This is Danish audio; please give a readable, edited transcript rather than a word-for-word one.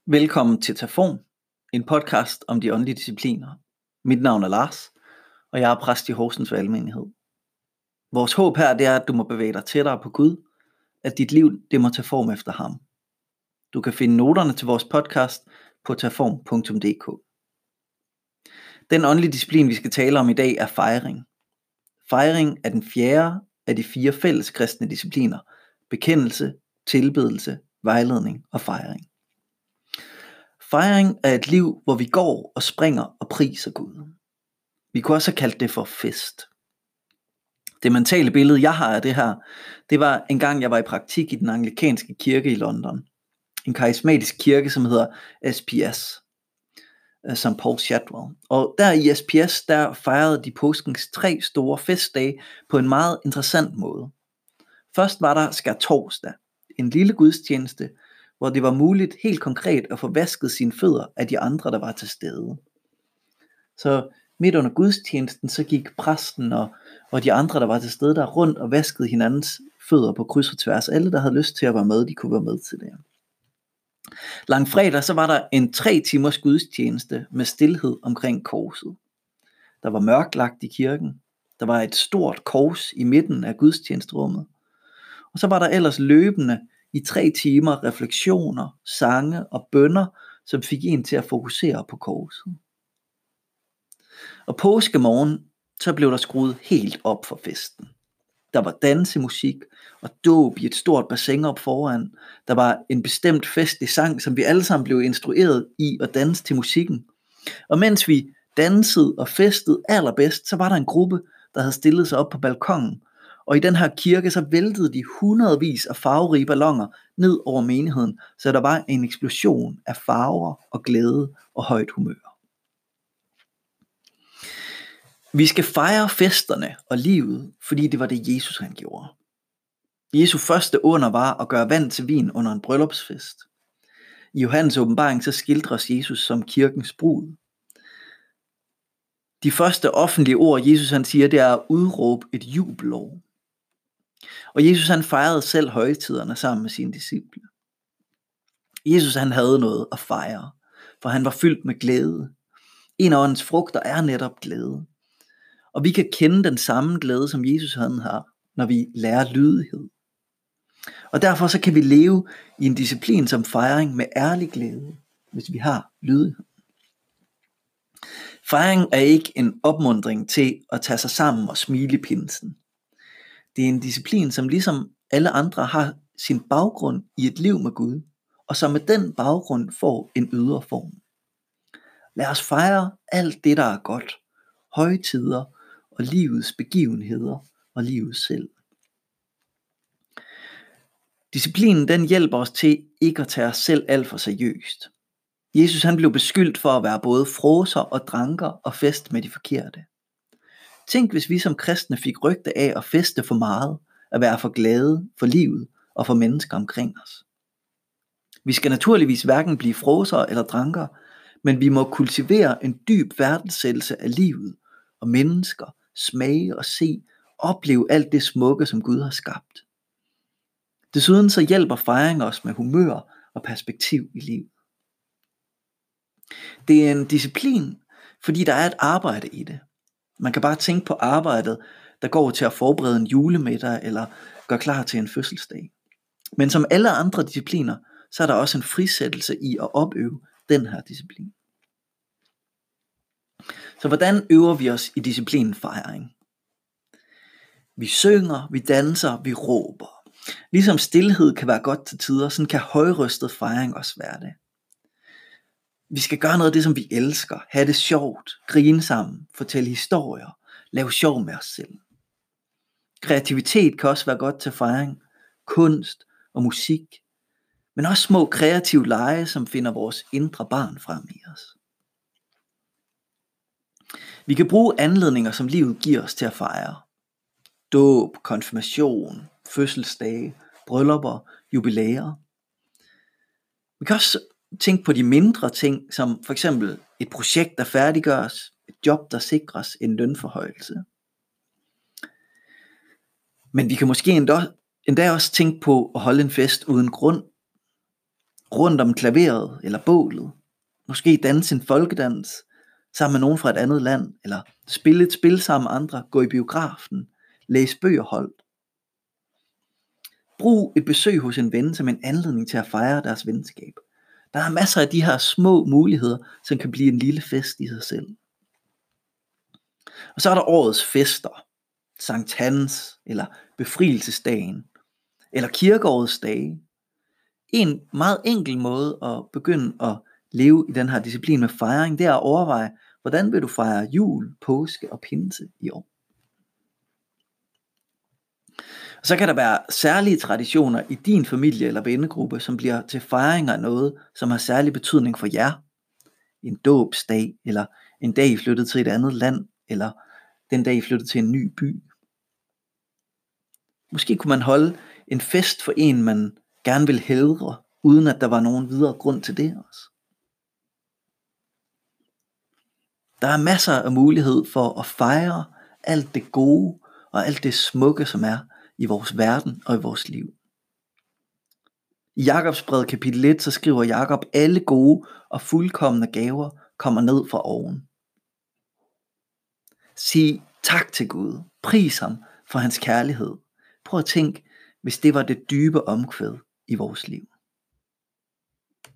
Velkommen til Tafon, en podcast om de åndelige discipliner. Mit navn er Lars, og jeg er præst i Horsens Valgmenighed. Vores håb her, det er, at du må bevæge dig tættere på Gud, at dit liv, det må tage form efter ham. Du kan finde noterne til vores podcast på taform.dk. Den åndelige disciplin, vi skal tale om i dag, er fejring. Fejring er den fjerde af de 4 fælles kristne discipliner: bekendelse, tilbedelse, vejledning og fejring. Fejring er et liv, hvor vi går og springer og priser Gud. Vi kunne også have kaldt det for fest. Det mentale billede, jeg har af det her, det var en gang, jeg var i praktik i den anglikanske kirke i London. En karismatisk kirke, som hedder SPS, St. Paul Shadwell. Og der i SPS, der fejrede de påskens 3 store festdage på en meget interessant måde. Først var der skærtorsdag, en lille gudstjeneste, hvor det var muligt helt konkret at få vasket sine fødder af de andre, der var til stede. Så midt under gudstjenesten, så gik præsten og de andre, der var til stede der, rundt og vaskede hinandens fødder på kryds og tværs. Alle, der havde lyst til at være med, de kunne være med til det. Langfredag, så var der en 3 timers gudstjeneste med stilhed omkring korset. Der var mørklagt i kirken. Der var et stort kors i midten af gudstjenesterummet. Og så var der ellers løbende i 3 timer refleksioner, sange og bønner, som fik en til at fokusere på korset. Og påskemorgen, så blev der skruet helt op for festen. Der var dansemusik og dåb i et stort bassin op foran. Der var en bestemt festlig sang, som vi alle sammen blev instrueret i at danse til musikken. Og mens vi dansede og festede allerbedst, så var der en gruppe, der havde stillet sig op på balkongen. Og i den her kirke, så væltede de hundredvis af farverige balloner ned over menigheden, så der var en eksplosion af farver og glæde og højt humør. Vi skal fejre festerne og livet, fordi det var det Jesus han gjorde. Jesu første under var at gøre vand til vin under en bryllupsfest. I Johannes åbenbaring så skildres Jesus som kirkens brud. De første offentlige ord Jesus han siger, det er at udråbe et jubelår. Og Jesus han fejrede selv højtiderne sammen med sine disciple. Jesus han havde noget at fejre, for han var fyldt med glæde. En af åndens frugter er netop glæde. Og vi kan kende den samme glæde, som Jesus han har, når vi lærer lydighed. Og derfor så kan vi leve i en disciplin som fejring med ærlig glæde, hvis vi har lydighed. Fejring er ikke en opmuntring til at tage sig sammen og smile i pinsen. Det er en disciplin, som ligesom alle andre har sin baggrund i et liv med Gud, og som med den baggrund får en ydre form. Lad os fejre alt det, der er godt, højtider og livets begivenheder og livet selv. Disciplinen den hjælper os til ikke at tage os selv alt for seriøst. Jesus han blev beskyldt for at være både fråser og dranker og fest med de forkerte. Tænk hvis vi som kristne fik rygte af at feste for meget, at være for glade for livet og for mennesker omkring os. Vi skal naturligvis hverken blive fråser eller dranker, men vi må kultivere en dyb værdsættelse af livet og mennesker, smage og se, opleve alt det smukke, som Gud har skabt. Desuden så hjælper fejring os med humør og perspektiv i livet. Det er en disciplin, fordi der er et arbejde i det. Man kan bare tænke på arbejdet, der går til at forberede en julemiddag eller gøre klar til en fødselsdag. Men som alle andre discipliner, så er der også en frisættelse i at opøve den her disciplin. Så hvordan øver vi os i disciplinen fejring? Vi synger, vi danser, vi råber. Ligesom stilhed kan være godt til tider, sådan kan højrøstet fejring også være det. Vi skal gøre noget af det, som vi elsker, have det sjovt, grine sammen, fortælle historier, lave sjov med os selv. Kreativitet kan også være godt til fejring, kunst og musik, men også små kreative lege, som finder vores indre barn frem i os. Vi kan bruge anledninger, som livet giver os til at fejre. Dåb, konfirmation, fødselsdage, bryllupper, jubilæer. Vi kan også tænke på de mindre ting, som for eksempel et projekt, der færdiggøres, et job, der sikres, en lønforhøjelse. Men vi kan måske endda også tænke på at holde en fest uden grund. rundt om klaveret eller bålet. Måske danse en folkedans sammen med nogen fra et andet land, eller spille et spil sammen med andre, gå i biografen, læse bøger holdt. Brug et besøg hos en ven som en anledning til at fejre deres venskab. Der er masser af de her små muligheder, som kan blive en lille fest i sig selv. Og så er der årets fester. Sankt Hans, eller befrielsesdagen, eller kirkeårets dage. En meget enkel måde at begynde at leve i den her disciplin med fejring, det er at overveje, hvordan vil du fejre jul, påske og pinse i år. Og så kan der være særlige traditioner i din familie eller vennegruppe, som bliver til fejring af noget, som har særlig betydning for jer. En dåbsdag, eller en dag I flyttede til et andet land, eller den dag I flyttede til en ny by. Måske kunne man holde en fest for en, man gerne vil hædre, uden at der var nogen videre grund til det også. Der er masser af mulighed for at fejre alt det gode og alt det smukke, som er i vores verden og i vores liv. I Jakobsbrevet kapitel 1, så skriver Jakob, alle gode og fuldkomne gaver kommer ned fra oven. Sig tak til Gud. Pris ham for hans kærlighed. Prøv at tænke, hvis det var det dybe omkvæd i vores liv.